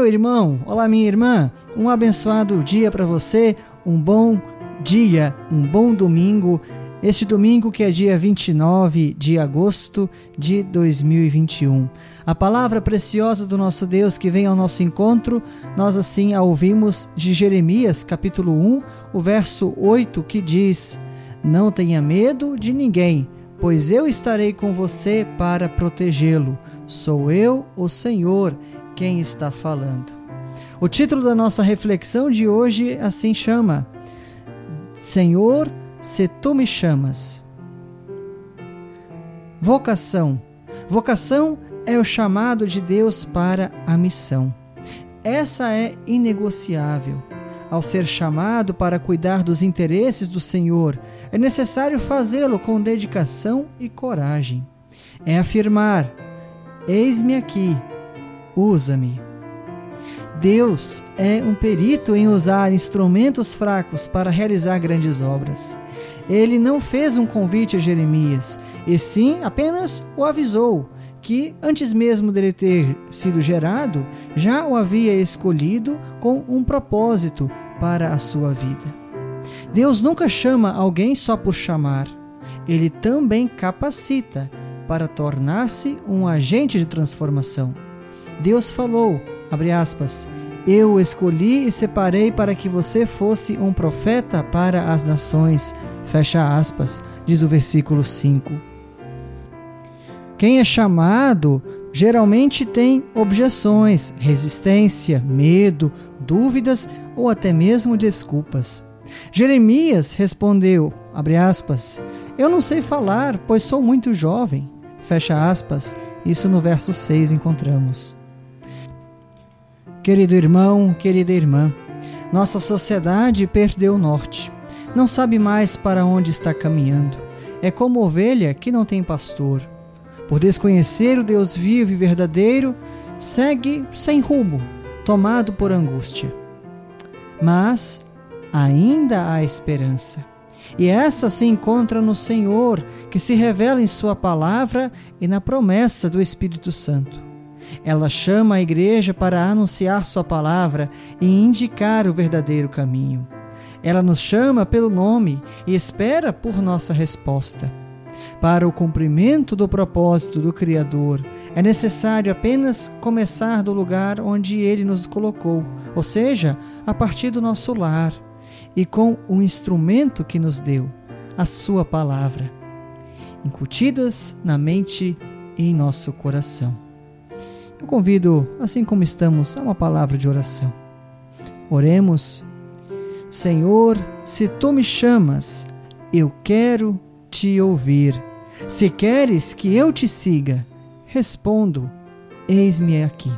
irmão, olá minha irmã, um abençoado dia para você, um bom dia, um bom domingo, este domingo que é dia 29 de agosto de 2021. A palavra preciosa do nosso Deus que vem ao nosso encontro, nós assim a ouvimos de Jeremias capítulo 1, o verso 8 que diz: não tenha medo de ninguém, pois eu estarei com você para protegê-lo. Sou eu, o Senhor, quem está falando. O título da nossa reflexão de hoje assim chama: Senhor, se tu me chamas. Vocação. Vocação é o chamado de Deus para a missão. Essa é inegociável. Ao ser chamado para cuidar dos interesses do Senhor, é necessário fazê-lo com dedicação e coragem. É afirmar: eis-me aqui, usa-me. Deus é um perito em usar instrumentos fracos para realizar grandes obras. Ele não fez um convite a Jeremias, e sim apenas o avisou que, antes mesmo dele ter sido gerado, já o havia escolhido com um propósito para a sua vida. Deus nunca chama alguém só por chamar. Ele também capacita para tornar-se um agente de transformação. Deus falou, abre aspas, eu o escolhi e separei para que você fosse um profeta para as nações, fecha aspas, diz o versículo 5. Quem é chamado geralmente tem objeções, resistência, medo, dúvidas ou até mesmo desculpas. Jeremias respondeu, abre aspas, eu não sei falar, pois sou muito jovem, fecha aspas, isso no verso 6 encontramos. Querido irmão, querida irmã, nossa sociedade perdeu o norte, não sabe mais para onde está caminhando, é como ovelha que não tem pastor. Por desconhecer o Deus vivo e verdadeiro, segue sem rumo, tomado por angústia. Mas ainda há esperança. E essa se encontra no Senhor, que se revela em sua palavra e na promessa do Espírito Santo. Ela chama a igreja para anunciar sua palavra e indicar o verdadeiro caminho. Ela nos chama pelo nome e espera por nossa resposta. Para o cumprimento do propósito do Criador, é necessário apenas começar do lugar onde Ele nos colocou, ou seja, a partir do nosso lar, e com o instrumento que nos deu, a Sua palavra, incutidas na mente e em nosso coração. Eu convido, assim como estamos, a uma palavra de oração. Oremos. Senhor, se Tu me chamas, eu quero Te ouvir. Se queres que eu Te siga, respondo, eis-me aqui.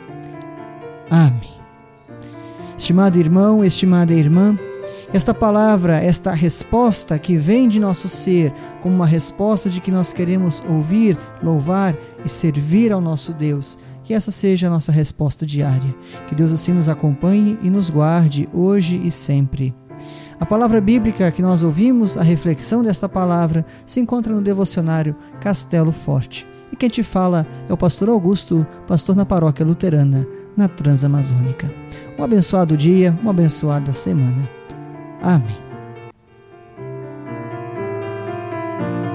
Amém. Estimado irmão, estimada irmã, esta palavra, esta resposta que vem de nosso ser, como uma resposta de que nós queremos ouvir, louvar e servir ao nosso Deus, que essa seja a nossa resposta diária. Que Deus assim nos acompanhe e nos guarde hoje e sempre. A palavra bíblica que nós ouvimos, a reflexão desta palavra, se encontra no devocionário Castelo Forte. E quem te fala é o pastor Augusto, pastor na paróquia luterana, na Transamazônica. Um abençoado dia, uma abençoada semana. Amém.